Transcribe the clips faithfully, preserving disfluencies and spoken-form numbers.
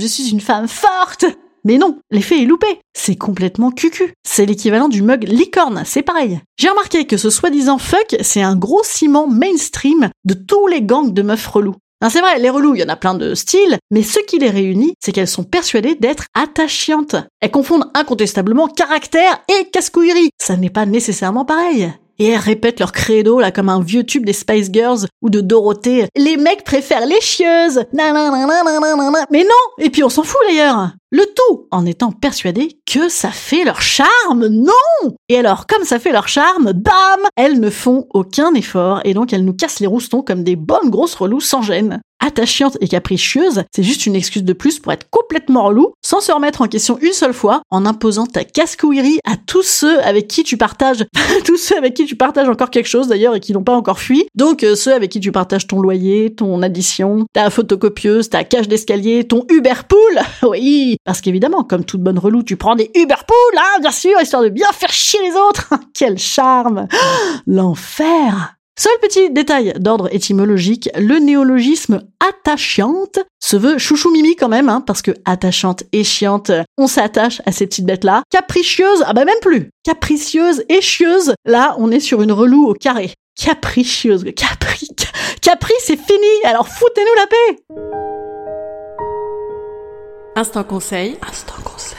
je suis une femme forte. Mais non, l'effet est loupé. C'est complètement cucu. C'est l'équivalent du mug licorne, c'est pareil. J'ai remarqué que ce soi-disant fuck, c'est un gros ciment mainstream de tous les gangs de meufs relous. Non, c'est vrai, les relous, il y en a plein de styles, mais ce qui les réunit, c'est qu'elles sont persuadées d'être attachantes. Elles confondent incontestablement caractère et casse-couillerie. Ça n'est pas nécessairement pareil. Et elles répètent leur credo, là, comme un vieux tube des Spice Girls ou de Dorothée. Les mecs préfèrent les chieuses. Nanananananana. Mais non! Et puis on s'en fout d'ailleurs. Le tout en étant persuadé que ça fait leur charme. Non! Et alors, comme ça fait leur charme, bam! Elles ne font aucun effort et donc elles nous cassent les roustons comme des bonnes grosses reloues sans gêne. Attachante et capricieuse, c'est juste une excuse de plus pour être complètement relou, sans se remettre en question une seule fois, en imposant ta casse-couillerie à tous ceux avec qui tu partages, tous ceux avec qui tu partages encore quelque chose d'ailleurs et qui n'ont pas encore fui. Donc euh, ceux avec qui tu partages ton loyer, ton addition, ta photocopieuse, ta cage d'escalier, ton Uber Pool. Oui, parce qu'évidemment, comme toute bonne relou, tu prends des Uber Pool, hein, bien sûr, histoire de bien faire chier les autres. Quel charme! L'enfer! Seul petit détail d'ordre étymologique, le néologisme attachante se veut chouchou-mimi quand même, hein, parce que attachante et chiante, on s'attache à ces petites bêtes-là. Capricieuse, ah bah même plus. Capricieuse et chieuse, là on est sur une relou au carré. Capricieuse, capri, capri c'est fini, alors foutez-nous la paix. Instant conseil. Instant conseil.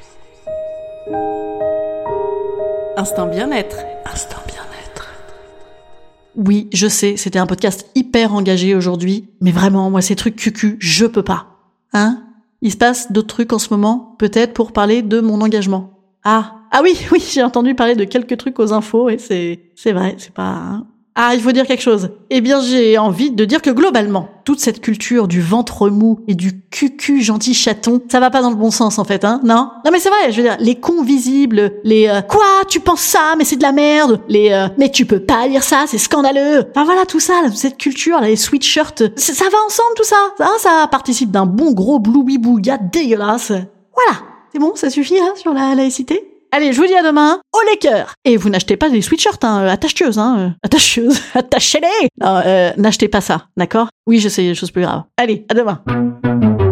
Instant bien-être. Instant bien-être. Oui, je sais, c'était un podcast hyper engagé aujourd'hui, mais vraiment, moi, ces trucs cucu, je peux pas. Hein? Il se passe d'autres trucs en ce moment, peut-être pour parler de mon engagement. Ah, ah oui, oui, j'ai entendu parler de quelques trucs aux infos, et c'est, c'est vrai, c'est pas... Hein. Ah, il faut dire quelque chose. Eh bien, j'ai envie de dire que globalement, toute cette culture du ventre mou et du cucu gentil chaton, ça va pas dans le bon sens en fait, hein, non? Non mais c'est vrai, je veux dire, les cons visibles, les euh, quoi, tu penses ça, mais c'est de la merde, les euh, mais tu peux pas dire ça, c'est scandaleux. Enfin voilà, tout ça, là, toute cette culture, là, les sweatshirts, ça, ça va ensemble tout ça, hein, ça participe d'un bon gros bloubi-bouga dégueulasse. Voilà, c'est bon, ça suffit hein, sur la laïcité. Allez, je vous dis à demain, au les cœurs. Et vous n'achetez pas des sweatshirts, hein, attacheuses, hein, euh, attacheuses, attachez-les. Non, euh, n'achetez pas ça, d'accord? Oui, je sais, chose plus grave. Allez, à demain.